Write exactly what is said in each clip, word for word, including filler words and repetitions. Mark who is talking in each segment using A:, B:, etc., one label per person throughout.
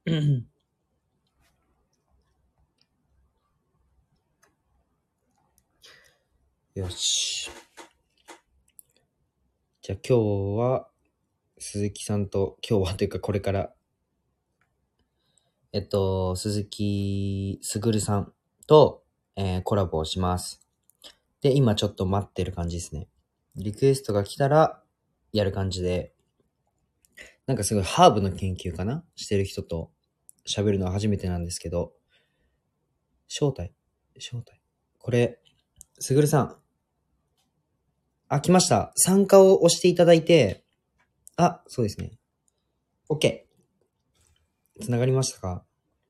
A: よし。じゃあ今日は、鈴木さんと、今日はというかこれから、えっと、鈴木すぐるさんと、えーコラボをします。で、今ちょっと待ってる感じですね。リクエストが来たら、やる感じで、なんかすごいハーブの研究かなしてる人と喋るのは初めてなんですけど、招待招待これ、すぐるさん。あ、来ました。参加を押していただいて、あ、そうですね。OK。つながりましたか？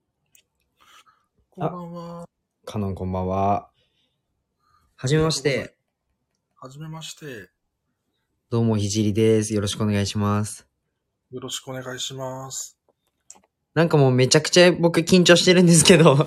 B: こんばんは。
A: カノンこんばんは。はじめまして。
B: はじめまして。
A: どうもひじりです。よろしくお願いします。
B: よろしくお願いします。
A: なんかもうめちゃくちゃ僕緊張してるんですけど。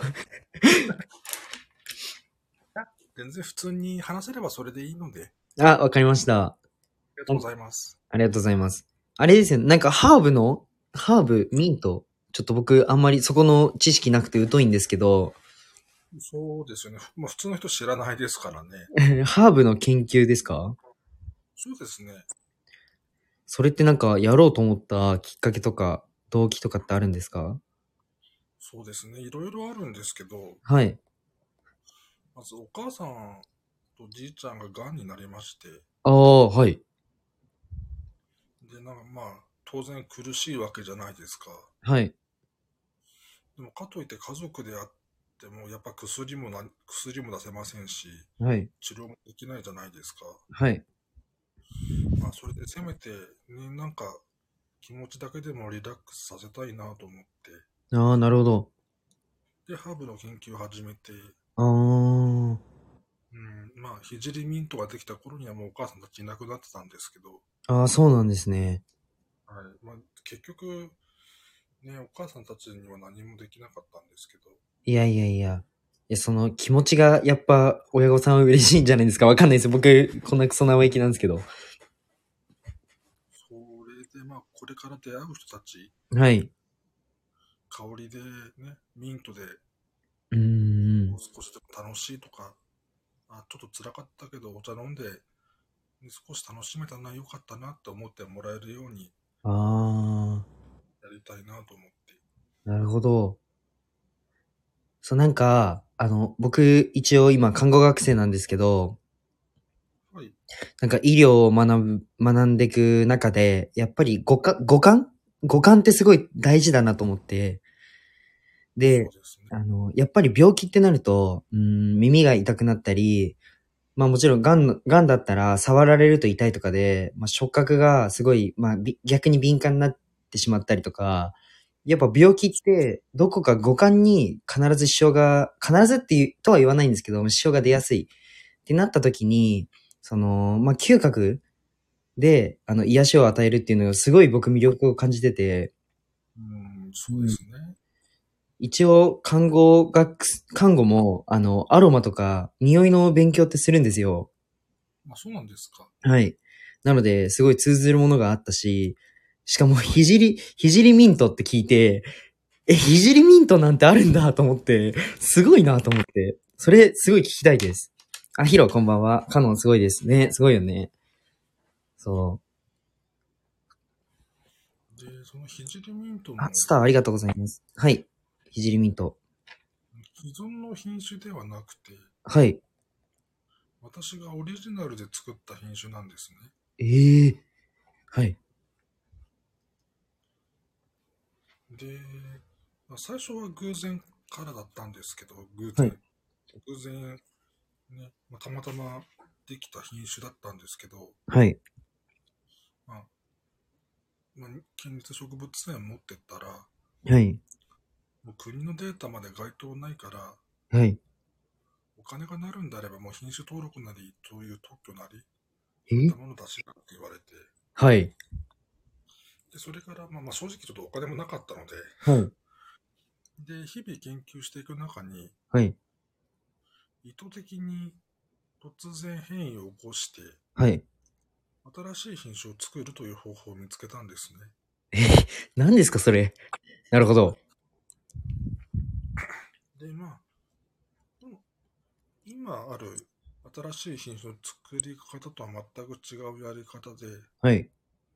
B: 全然普通に話せればそれでいいので。
A: あ、わかりました。
B: ありがとうございます。
A: ありがとうございます。あれですよね。なんかハーブの、ハーブ、ミント。ちょっと僕あんまりそこの知識なくて疎いんですけど。
B: そうですよね。まあ普通の人知らないですからね。
A: ハーブの研究ですか？
B: そうですね。
A: それってなんかやろうと思ったきっかけとか動機とかってあるんですか？
B: そうですね。いろいろあるんですけど、
A: はい。
B: まずお母さんとじいちゃんが癌になりまして、
A: ああ、はい。
B: で、なんかまあ、当然苦しいわけじゃないですか。
A: はい。
B: でもかといって家族であっても、やっぱ薬もな、薬も出せませんし、
A: はい。
B: 治療もできないじゃないですか。
A: はい。
B: まあ、それでせめて、ね、なんか、気持ちだけでもリラックスさせたいなと思って、
A: ああ、なるほど。
B: で、ハーブの研究を始めて、
A: ああ、
B: うん、まあ、ひじりミントができた頃にはもうお母さんたちいなくなってたんですけど、
A: ああ、そうなんですね。
B: はい、まあ、結局、ね、お母さんたちには何もできなかったんですけど、
A: いやいやいや。いや、その気持ちがやっぱ親御さんは嬉しいんじゃないですか。わかんないです。僕、こんなクソ生意気なんですけど。
B: それでまあ、これから出会う人たち、
A: はい。
B: 香りでね、ミントで
A: うーん。
B: 少しでも楽しいとか、あちょっと辛かったけどお茶飲んで、少し楽しめたな、よかったなって思ってもらえるように
A: あ
B: やりたいなと思って。
A: あ、なるほど。そう、なんか、あの、僕、一応今、看護学生なんですけど、
B: はい。
A: なんか医療を学ぶ、学んでいく中で、やっぱり五感、五感五感ってすごい大事だなと思って、で、
B: そうですね。
A: あの、やっぱり病気ってなると、うん、耳が痛くなったり、まあもちろん、癌の、癌だったら触られると痛いとかで、まあ触覚がすごい、まあび逆に敏感になってしまったりとか、やっぱ病気ってどこか五感に必ず支障が、必ずっていうとは言わないんですけど、支障が出やすいってなった時に、その、まあ嗅覚で、あの、癒しを与えるっていうのがすごい僕魅力を感じてて、
B: うん、そうで
A: うん、
B: すね。
A: 一応、看護学、看護も、あの、アロマとか、匂いの勉強ってするんですよ。
B: まあ、そうなんですか。
A: はい。なので、すごい通ずるものがあったし、しかも、ひ
B: はい。
A: じり、ひじりミントって聞いて、え、ひじりミントなんてあるんだと思って、すごいなと思って、それ、すごい聞きたいです。あ、ヒロ、こんばんは。カノンすごいですね。すごいよね。そ
B: で、そのひじりミント
A: う。
B: も
A: あ、スターありがとうございます。はい。ひじりミント。
B: 既存の品種ではなくて、
A: はい。
B: 私がオリジナルで作った品種なんですね。
A: ええー、はい。
B: で、まあ、最初は偶然からだったんですけど、偶
A: はい。
B: 然、偶然、ね、まあ、たまたまできた品種だったんですけど、
A: はい。
B: まあ、まあ、県立植物園持ってったら、
A: はい。
B: もう国のデータまで該当ないから、
A: はい。
B: お金がなるんであればもう品種登録なり、そういう特許なり、そういっ
A: え
B: たもの出しなって言われて、
A: はい。
B: で、それから、まあ、まあ正直ちょっとお金もなかったので、
A: はい。
B: で、日々研究していく中に、
A: はい。
B: 意図的に突然変異を起こして、
A: はい。
B: 新しい品種を作るという方法を見つけたんですね。
A: え、何ですか、それ。なるほど。
B: 今ある新しい品種の作り方とは全く違うやり方で、
A: はい。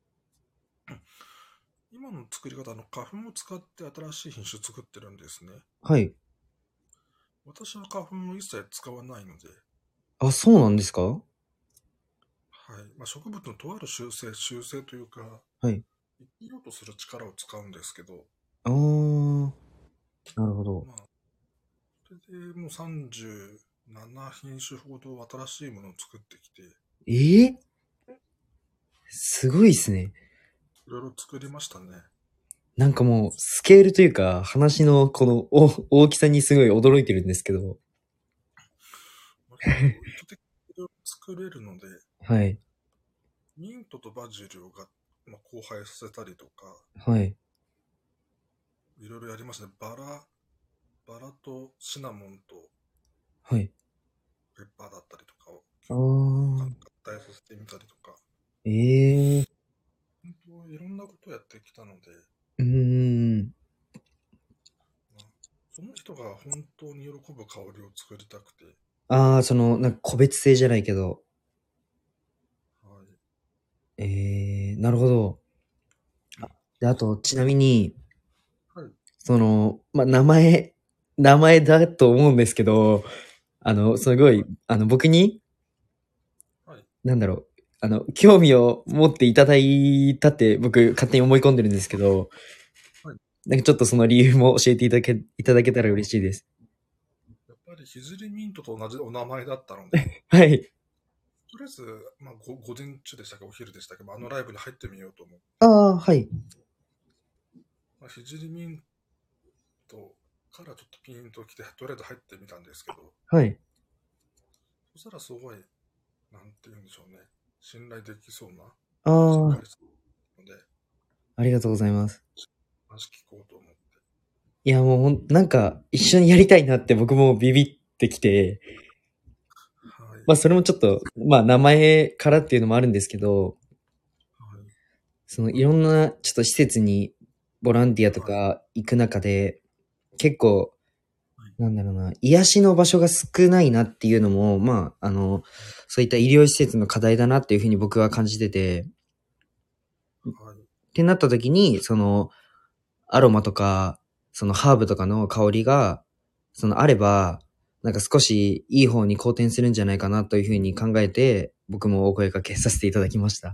B: 今の作り方の花粉を使って新しい品種作ってるんですね。
A: はい。
B: 私は花粉を一切使わないので、
A: あ、そうなんですか？
B: はい。まあ、植物のとある習性、習性というか、
A: はい。
B: 生きようとする力を使うんですけど、
A: あー、なるほど。
B: まあ、それでもうさんじゅうなな品種ほど新しいものを作ってきて、
A: えー、すごいですね。
B: いろいろ作りましたね。
A: なんかもう、スケールというか、話のこのお大きさにすごい驚いてるんですけど。
B: 割と意図的にいろいろ作れるので、
A: はい。
B: ミントとバジルが、まあ、交配させたりとか、
A: はい。
B: いろいろやりましたね。バラ、バラとシナモンと
A: はい。
B: ペッパーだったりとかを
A: あ
B: 合
A: ー、
B: 体させてみたりとか、
A: えー、
B: 本当いろんなことをやってきたので、
A: うーん。
B: まあ、その人が本当に喜ぶ香りを作りたくて、
A: あー、その、なんか個別性じゃないけど。
B: はい。
A: えー、なるほど。
B: うん、
A: で、あと、ちなみに、
B: はい。
A: その、まあ、名前、名前だと思うんですけど、あの、すごい、
B: はい。
A: あの、僕に、
B: はい。
A: なんだろう、あの、興味を持っていただいたって僕勝手に思い込んでるんですけど、
B: はい。
A: なんかちょっとその理由も教えていただけ、いただけたら嬉しいです。
B: やっぱりひじりミントと同じお名前だったので、
A: はい。
B: とりあえず、まあ、ご午前中でしたっけ、お昼でしたっけ、まあ、あのライブに入ってみようと思って、
A: ああ、はい。
B: まあ、ひじりミントからちょっとピンときて、とりあえず入ってみたんですけど、
A: はい。
B: そしたらすごい、なんて言うんでしょうね、信頼できそうな、
A: ああ、
B: しっかりするので、
A: ありがとうございます。
B: 話聞こうと思って。
A: いや、もうほん、なんか一緒にやりたいなって僕もビビってきて、
B: はい。
A: まあそれもちょっと、まあ名前からっていうのもあるんですけど、
B: はい。
A: そのいろんなちょっと施設にボランティアと
B: はい。
A: か行く中で、結構、
B: はい。
A: なんだろうな、癒しの場所が少ないなっていうのも、まあ、あの、そういった医療施設の課題だなっていうふうに僕は感じてて、っ
B: はい。
A: てなった時に、その、アロマとか、そのハーブとかの香りが、そのあれば、なんか少しいい方に好転するんじゃないかなというふうに考えて、僕もお声掛けさせていただきました。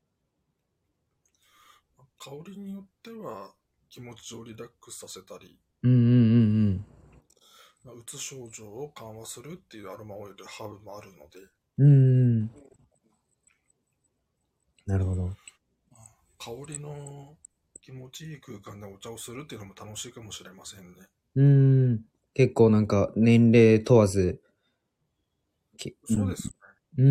B: 香りによっては気持ちをリラックスさせたり、
A: うんうんうん
B: まあ、うつ症状を緩和するっていうアロマオイル、ハーブもあるので、
A: うん。うん。なるほど。
B: 香りの気持ちいい空間でお茶をするっていうのも楽しいかもしれませんね。
A: うん。結構なんか年齢問わず、けうん。
B: そうですね。
A: うん。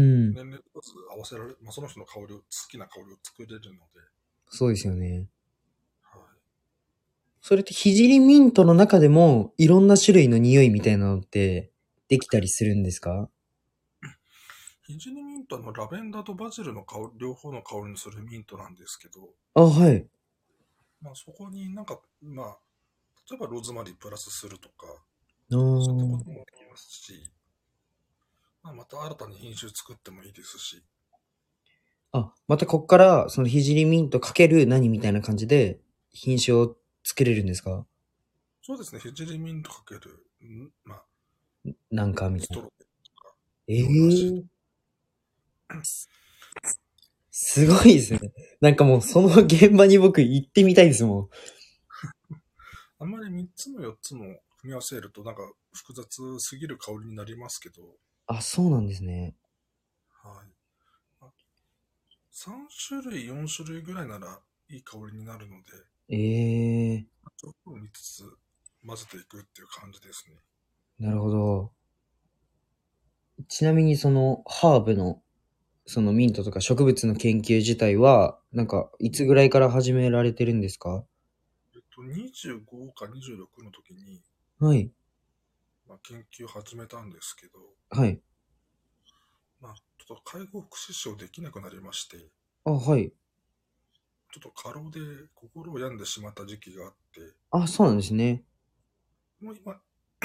B: 年齢と合わせられ、まあ、その人の香りを、好きな香りを作れるので、
A: そうですよね。
B: はい。
A: それってひじりミントの中でもいろんな種類の匂いみたいなのってできたりするんですか？
B: ヒジニミントはのラベンダーとバジルの香り、両方の香りにするミントなんですけど、
A: あ、はい。
B: まあ、そこになんか、まあ、例えばローズマリープラスするとか、
A: あ
B: そういったこ
A: ー。
B: ともできますし、まあ、また新たに品種作ってもいいですし、
A: あ、またこっからそのひじりミントかける何みたいな感じで品種を作れるんですか？
B: そうですね、ヒジリミントかける、んまあ、
A: なんかみたいな。
B: ストロベとか、
A: ええ
B: 洋梨、
A: ー、すごいですね。なんかもうその現場に僕行ってみたいですもん。
B: あんまりみっつもよっつも組み合わせるとなんか複雑すぎる香りになりますけど、
A: あ、そうなんですね。
B: はい。まあさん種類、よん種類ぐらいならいい香りになるので、
A: ええ
B: ちょっとみっつつ混ぜていくっていう感じですね。
A: ー、なるほど。ちなみにそのハーブのそのミントとか植物の研究自体は、なんかいつぐらいから始められてるんですか？
B: えっと、にじゅうごかにじゅうろくの時に、
A: はい。
B: まあ、研究を始めたんですけど、
A: はい。
B: まあ、ちょっと介護福祉士をできなくなりまして、
A: あ、はい。
B: ちょっと過労で心を病んでしまった時期があって、
A: あ、そうなんですね。
B: もう今、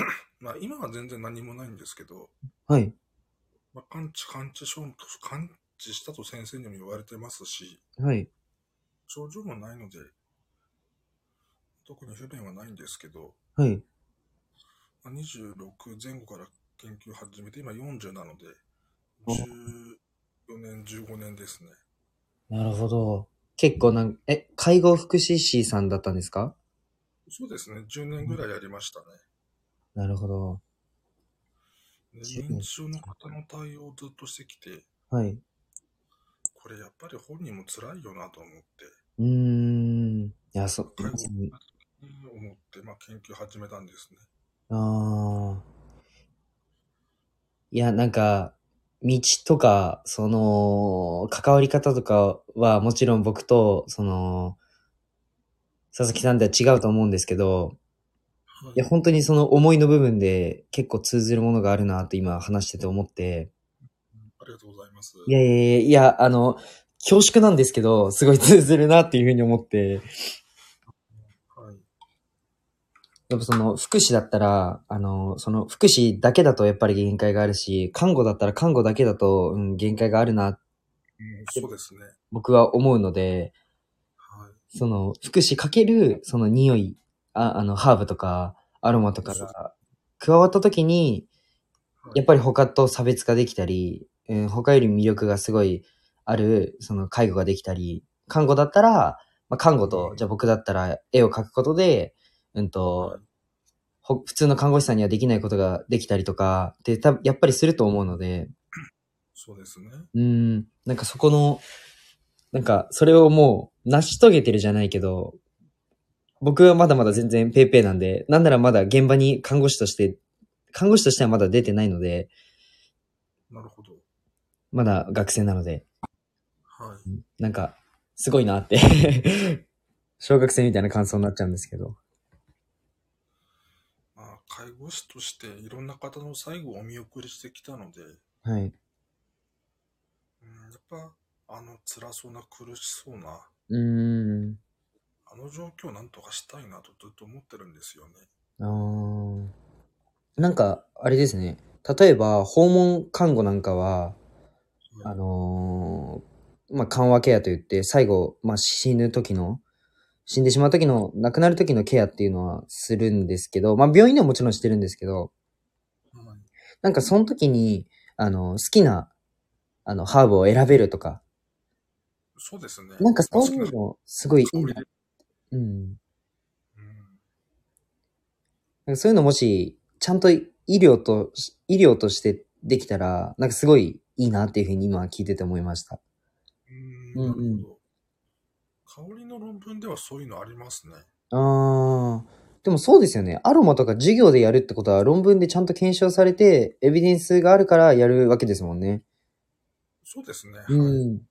B: まあ今は全然何もないんですけど、
A: はい。
B: まあ、完治、完治症、完治したと先生にも言われてますし、
A: はい。
B: 症状もないので、特に不便はないんですけど、
A: はい。
B: まあ、にじゅうろく前後から研究を始めて、今よんじゅうなので、
A: お
B: じゅうよねん、じゅうごねんですね。
A: なるほど。結構なん、え、介護福祉士さんだったんですか？
B: そうですね、じゅうねんぐらいやりましたね。
A: なるほど。
B: で
A: じゅう
B: 認知症の方の対応をずっとしてきて、
A: はい。
B: これやっぱり本人も辛いよなと思って、
A: うーん。いや、そ、
B: 介護を
A: まさに、
B: 思って、まあ、研究を始めたんですね。
A: ああ。いや、なんか、道とか、その、関わり方とかはもちろん僕と、その、佐々木さんでは違うと思うんですけど、
B: はい。
A: いや、本当にその思いの部分で結構通ずるものがあるなって今話してて思って、
B: ありがとうございます。
A: いやいやいや、いや、あの、恐縮なんですけど、すごい通ずるなっていうふうに思って、
B: はい。
A: やっぱその福祉だったら、あの、その福祉だけだとやっぱり限界があるし、看護だったら看護だけだと、うん、限界があるな
B: うん、
A: って
B: そうですね。
A: 僕は思うので、
B: は
A: その福祉かけるその匂い、あ、あの、ハーブとかアロマと
B: い。そうです。
A: かが加わった時に、
B: はい。
A: やっぱり他と差別化できたり、うん、他より魅力がすごいある、その介護ができたり、看護だったら、まあ、看護と、
B: うん。
A: じゃあ僕だったら絵を描くことで、うんと、
B: はい。
A: ほ普通の看護師さんにはできないことができたりとか、で、たやっぱりすると思うので、
B: そうですね。
A: うん、なんかそこの、なんかそれをもう成し遂げてるじゃないけど、僕はまだまだ全然ペーペーなんで、なんならまだ現場に看護師として、看護師としてはまだ出てないので、
B: なるほど。
A: まだ学生なので、
B: はい。
A: なんか、すごいなって小学生みたいな感想になっちゃうんですけど。
B: まあ、介護士としていろんな方の最後をお見送りしてきたので、
A: はい。
B: うん、やっぱ、あの辛そうな苦しそうな、
A: うーん。
B: あの状況をなんとかしたいなとずっと思ってるんですよね。
A: あー。なんか、あれですね。例えば、訪問看護なんかは、
B: はい。
A: あのーまあ、緩和ケアといって、最後、まあ、死ぬ時の、死んでしまう時の、亡くなる時のケアっていうのはするんですけど、まあ、病院ではもちろんしてるんですけど、
B: はい。
A: なんかその時に、あの、好きな、あの、ハーブを選べるとか、
B: そうですね。
A: なんか
B: まあ、好きな
A: そういうの、すごいいいな。
B: 香りで。
A: うん。
B: うん。
A: なんかそういうのもし、ちゃんと医療と、医療としてできたら、なんかすごいいいなっていうふうに今聞いてて思いました。
B: うん、
A: うんうん。
B: なるほど。香りの論文ではそういうのありますね。
A: ああ、でもそうですよね。アロマとか授業でやるってことは論文でちゃんと検証されて、エビデンスがあるからやるわけですもんね。
B: そうですね。
A: う
B: はい。
A: ん。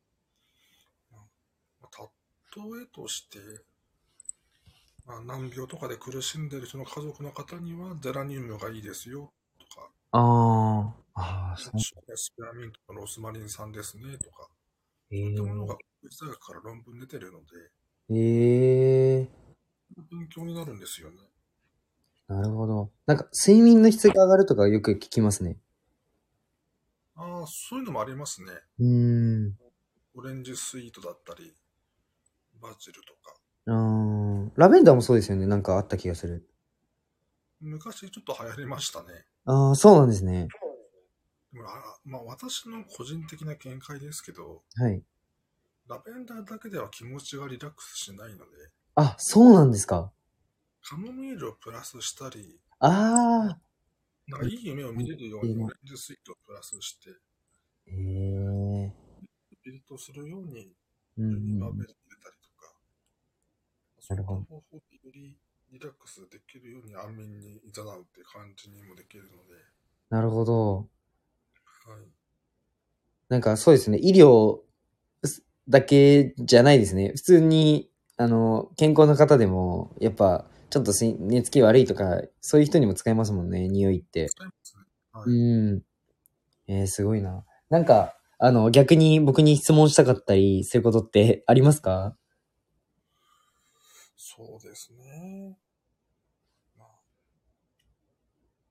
B: まあ例えとして、まあ、難病とかで苦しんでいる人の家族の方にはゼラニウムがいいですよとか、
A: ああ、ああ、そう。
B: スペアミントのロスマリン酸ですねとか、そういったものが
A: え
B: 国立大学から論文出てるので、
A: えええ、
B: 勉強になるんですよね。
A: なるほど。なんか睡眠の質が上がるとかよく聞きますね。
B: ああ、そういうのもありますね。
A: うーん。
B: オレンジスイートだったり、バジルとか。
A: あーラベンダーもそうですよね。なんかあった気がする。
B: 昔ちょっと流行りましたね。
A: ああ、そうなんですね。
B: でもあまあ、私の個人的な見解ですけど、
A: はい。
B: ラベンダーだけでは気持ちがリラックスしないので、
A: あ、そうなんですか。
B: カモミールをプラスしたり、
A: ああ。
B: なんかいい夢を見れるようにオレンジスイートをプラスして、
A: へえ。
B: ピリッとするように
A: うんうんう
B: ユニバーベ
A: ん。
B: ル入れたりとか、そういった
A: なるほど。
B: 方法でよりリラックスできるように安眠に誘うって感じにもできるので、
A: なるほど。
B: はい。
A: なんかそうですね。医療だけじゃないですね。普通に、あの、健康な方でも、やっぱ、ちょっとし寝つき悪いとか、そういう人にも使えますもんね。匂いって。
B: 使いますね。
A: う
B: はい。
A: ん。えー、すごいな。なんか、あの、逆に僕に質問したかったり、そういうことってありますか？
B: そうですね。まあ、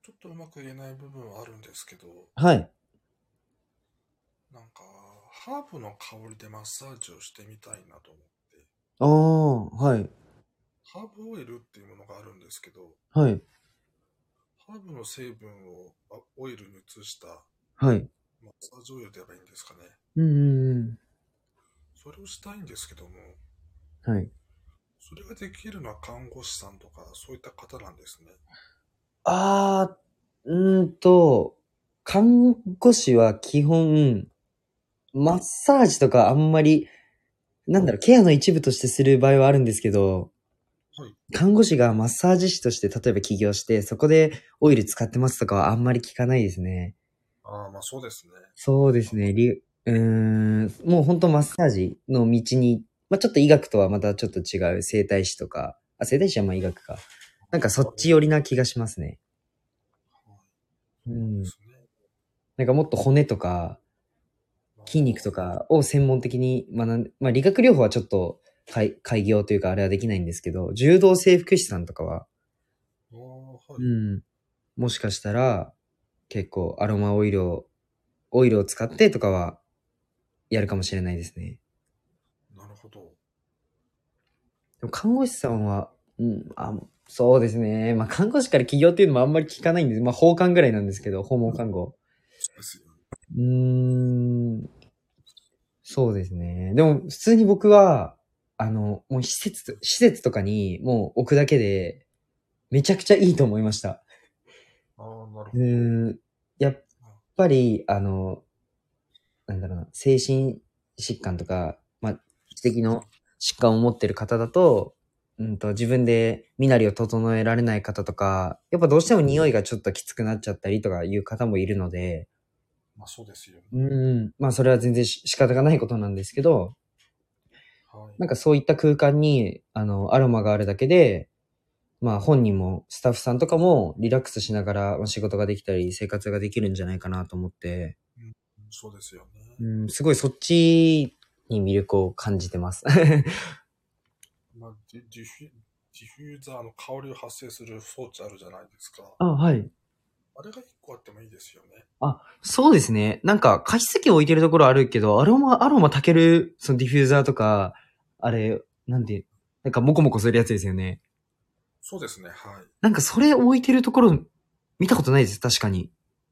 B: ちょっとうまく言えない部分はあるんですけど、
A: はい。
B: なんか、ハーブの香りでマッサージをしてみたいなと思って、
A: ああ、はい。
B: ハーブオイルっていうものがあるんですけど、
A: はい。
B: ハーブの成分をあオイルに移した
A: はい。
B: マッサージオイルで言えばいいんですかね。
A: うんうん
B: それをしたいんですけども、
A: うん。はい。
B: それができるのは看護師さんとかそういった方なんですね。
A: ああ、うーんと、看護師は基本、マッサージとかあんまり、なんだろう、ケアの一部としてする場合はあるんですけど、
B: はい。
A: 看護師がマッサージ師として例えば起業して、そこでオイル使ってますとかはあんまり聞かないですね。
B: ああ、まあそうですね。
A: そうですね。
B: なんか、
A: りうーん、もう本当マッサージの道に、まあちょっと医学とはまたちょっと違う整体師とか、あ、整体師はまあ医学か。なんかそっち寄りな気がしますね。
B: はい、そうなんで
A: うん。
B: すね。
A: なんかもっと骨とか
B: あ
A: 筋肉とかを専門的に学んで、まあ理学療法はちょっと開開業というかあれはできないんですけど、柔道整復師さんとかは、
B: あ、はい。
A: うん、もしかしたら結構アロマオイルを、オイルを使ってとかはやるかもしれないですね。
B: なるほど。
A: でも看護師さんは、うん、あ、そうですね。まあ看護師から起業っていうのもあんまり聞かないんです。まあ訪看ぐらいなんですけど、訪問看護。
B: そうですよね。
A: うーん、そうですね。でも普通に僕は、あの、もう施設、施設とかにもう置くだけで、めちゃくちゃいいと思いました。
B: ああ、なる
A: う
B: ほど。
A: ーん、やっ
B: あ、
A: ぱり、あの、なんだろうな、精神疾患とか、まあ、知的の疾患を持ってる方だと、うんと、自分で身なりを整えられない方とか、やっぱどうしても匂いがちょっときつくなっちゃったりとかいう方もいるので、
B: まあそうですよ
A: う
B: ね。
A: ん、まあそれは全然し仕方がないことなんですけど、
B: はい。
A: なんかそういった空間に、あの、アロマがあるだけで、まあ本人もスタッフさんとかもリラックスしながらまあ仕事ができたり生活ができるんじゃないかなと思って、
B: うん、そうですよね。
A: うん、すごいそっちに魅力を感じてます。
B: まあ、ディディフュ、ディフューザーの香りを発生する装置あるじゃないですか。
A: あ、はい。
B: あれが一個あってもいいですよね。
A: あ、そうですね。なんか加湿器置いてるところあるけど、アロマ、アロマ炊ける、そのディフューザーとか、あれ、なんで、なんかモコモコするやつですよね。
B: そうですね。はい。
A: なんかそれ置いてるところ見たことないです、確かに。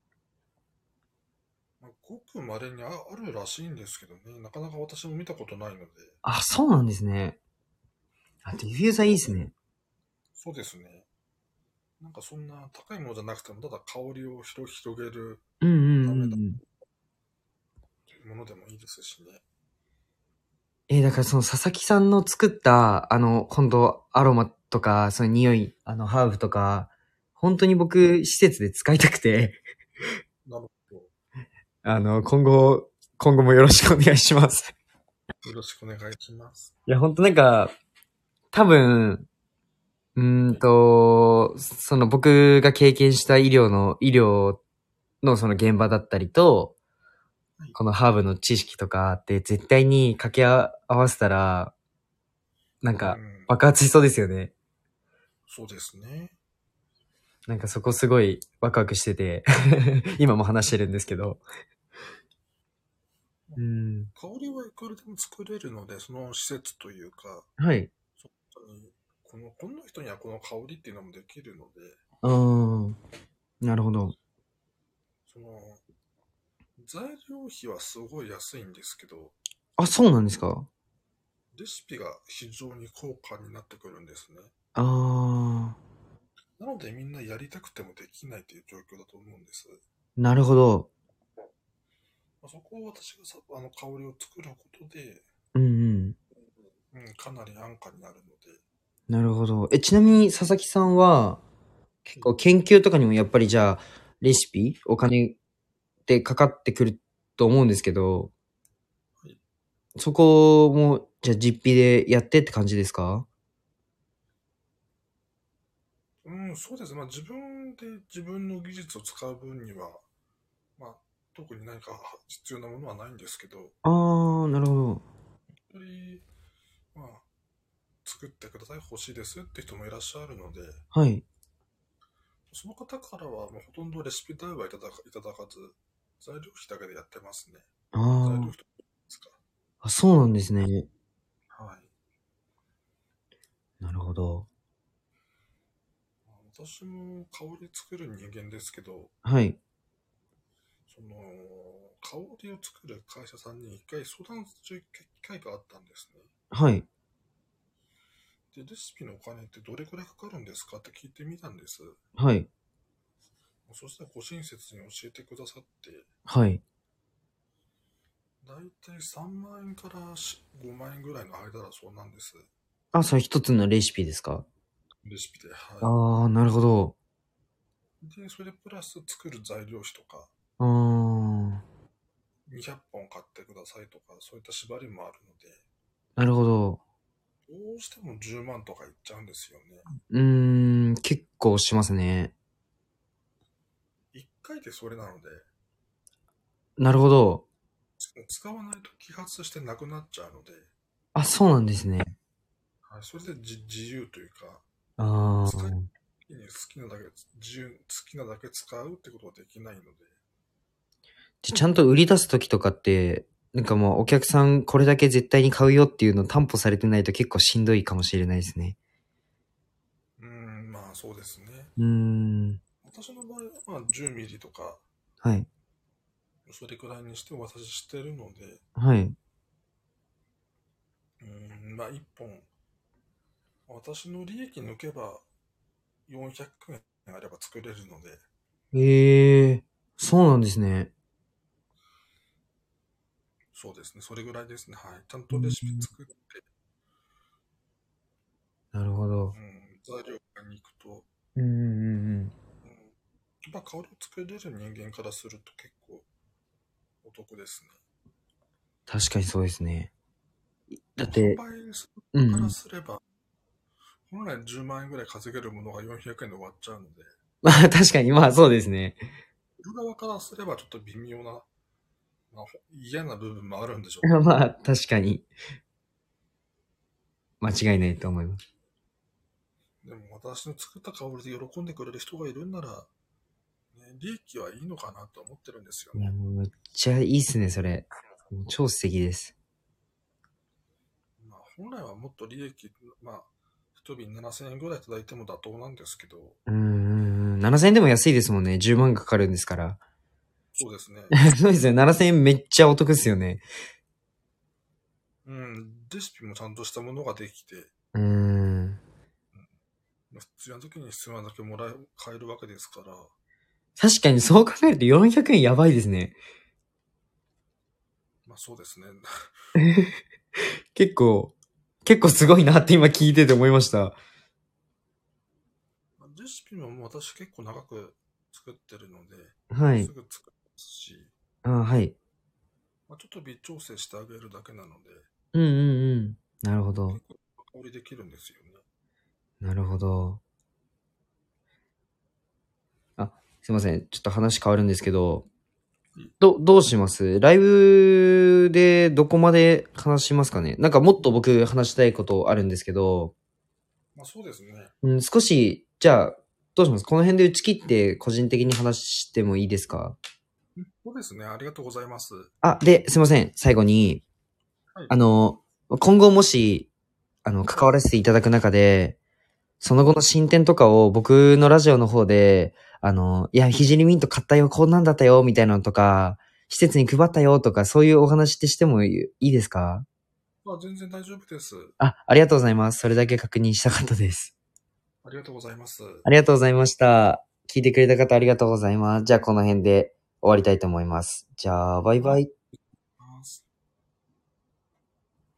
B: まあ、ごく稀にあ、あるらしいんですけどね。なかなか私も見たことないので。
A: あ、そうなんですね。あ、ディフューザーいいですね。
B: そうですね。なんかそんな高いものじゃなくても、ただ香りを広広げる
A: うんうん
B: ためだ
A: うんうん。
B: ものでもいいですしね。
A: えーだからその佐々木さんの作った、あの、本当アロマとか、その匂い、あの、ハーブとか、本当に僕、施設で使いたくて、
B: なるほ
A: あの、今後、今後もよろしくお願いします。
B: ど。よろしくお願いします。
A: いや、本当なんか、多分、うーん
B: はい。
A: と、その僕が経験した医療の、医療のその現場だったりと、
B: はい。
A: このハーブの知識とかって絶対に掛け合わせたら、なんか
B: うん。
A: 爆発しそうですよね。
B: そうですね。
A: なんかそこすごいワクワクしてて今も話してるんですけど。うん。
B: 香りはいくらでも作れるので、その施設というか、
A: はい。
B: そこに、この、この人にはこの香りっていうのもできるので、
A: うーん。なるほど。
B: その、材料費はすごい安いんですけど、
A: あ、そうなんですか？
B: レシピが非常に高価になってくるんですね。
A: あー。
B: なのでみんなやりたくてもできないという状況だと思うんです。
A: なるほど。
B: まあ、そこを私がさあの香りを作ることで、
A: うんうん。
B: うん、かなり安価になるので、
A: なるほど。え、ちなみに佐々木さんは、結構研究とかにもやっぱりじゃあ、レシピ、お金ってかかってくると思うんですけど、
B: はい、
A: そこも、じゃあ実費でやってって感じですか？
B: うん、そうですね。まあ、自分で自分の技術を使う分には、まあ、特に何か必要なものはないんですけど、やっ
A: あー、なるほど。
B: ぱり、まあ、作ってください、欲しいですって人もいらっしゃるので、
A: はい。
B: その方からはもうほとんどレシピ代はいただかいただかず、材料費だけでやってますね。材料費
A: あ
B: とですか。
A: あ。あ、そうなんですね。
B: はい。
A: なるほど。
B: 私も香り作る人間ですけど、
A: はい。
B: その香りを作る会社さんに一回相談する機会があったんですね。
A: はい。
B: で、レシピのお金ってどれくらいかかるんですかって聞いてみたんです。
A: はい。
B: そしたらご親切に教えてくださって、
A: はい。
B: だいたいさんまん円からごまん円ぐらいの間だそうなんです。
A: あ、それ一つのレシピですか？
B: レシピで。は
A: ああ、なるほど。
B: い。で、それプラス作る材料費とか、
A: ああ、
B: にひゃっぽん買ってくださいとか、そういった縛りもあるので、
A: なるほど。
B: どうしてもじゅうまんとかいっちゃうんですよね。
A: うーん、結構しますね。
B: いっかいでそれなので、
A: なるほど。
B: 使わないと揮発してなくなっちゃうので、
A: あ、そうなんですね。
B: はい、それでじ自由というか、
A: ああ、
B: 使いに好きなだけ、自由、好きなだけ使うってことはできないので、
A: じゃちゃんと売り出すときとかって、なんかもうお客さんこれだけ絶対に買うよっていうのを担保されてないと結構しんどいかもしれないですね。
B: うーん、まあそうですね。
A: うーん。
B: 私の場合は、まあ、じゅうミリとか、
A: はい。
B: それくらいにしてお渡ししてるので、
A: はい。
B: うーん、まあいっぽん、私の利益抜けばよんひゃくえんあれば作れるので、
A: ええー、そうなんですね。
B: そうですね、それぐらいですね。はい。ちゃん
A: うー
B: とレシピ
A: ん、
B: 作って、
A: なるほど。
B: うん、材料買いに行くと、
A: うんうんうんうん。
B: うん、まあ香りを作れる人間からすると結構お得ですね。
A: 確かにそうですね。
B: でも販
A: だって、
B: 売する側から
A: うんうん。
B: すれば、本来じゅうまん円ぐらい稼げるものがよんひゃくえんで終わっちゃうので、
A: まあ確かに、まあそうですね。
B: 売る側からすればちょっと微妙な、まあ、嫌な部分もあるんでしょうけど、
A: まあ確かに、間違いないと思います。
B: でも私の作った香りで喜んでくれる人がいるんなら、ね、利益はいいのかなと思ってるんですよ
A: いや、
B: ね。
A: もうめっちゃいいっすね、それ。超素敵です。
B: まあ、本来はもっと利益、まあ、一瓶ななせんえんぐらいいただいても妥当なんですけど、
A: うんうんうん。ななせんえんでも安いですもんね。じゅうまんかかるんですから。
B: そうですね。
A: そうですよ。ななせんえんめっちゃお得ですよね。
B: うん、レシピもちゃんとしたものができて、
A: うーん。
B: 必要な時に必要なだけもらえ、買えるわけですから、
A: 確かにそう考えるとよんひゃくえんやばいですね。
B: まあそうですね。
A: 結構、結構すごいなって今聞いてて思いました。
B: レシピも私結構長く作ってるので、
A: はい。
B: すぐ作りますし、
A: あ、はい。
B: まあ、ちょっと微調整してあげるだけなので、
A: うんうんうん。なるほど。
B: 結構香りできるんですよね。
A: なるほど。あ、すいません。ちょっと話変わるんですけど、ど、どうしますライブでどこまで話しますかね？なんかもっと僕話したいことあるんですけど、
B: まあそうですね。
A: うん、少し、じゃあ、どうしますこの辺で打ち切って個人的に話してもいいですか？
B: そうですね。ありがとうございます。
A: あ、で、すいません。最後に、
B: はい。
A: あの、今後もし、あの、関わらせていただく中で、その後の進展とかを僕のラジオの方で、あの、いや、ひじりミント買ったよ、こんなんだったよ、みたいなのとか、施設に配ったよとか、そういうお話ってしてもいいですか？
B: まあ全然大丈夫です。
A: あ、ありがとうございます。それだけ確認したかったです。
B: ありがとうございます。
A: ありがとうございました。聞いてくれた方ありがとうございます。じゃあこの辺で終わりたいと思います。じゃあ、バイバイ。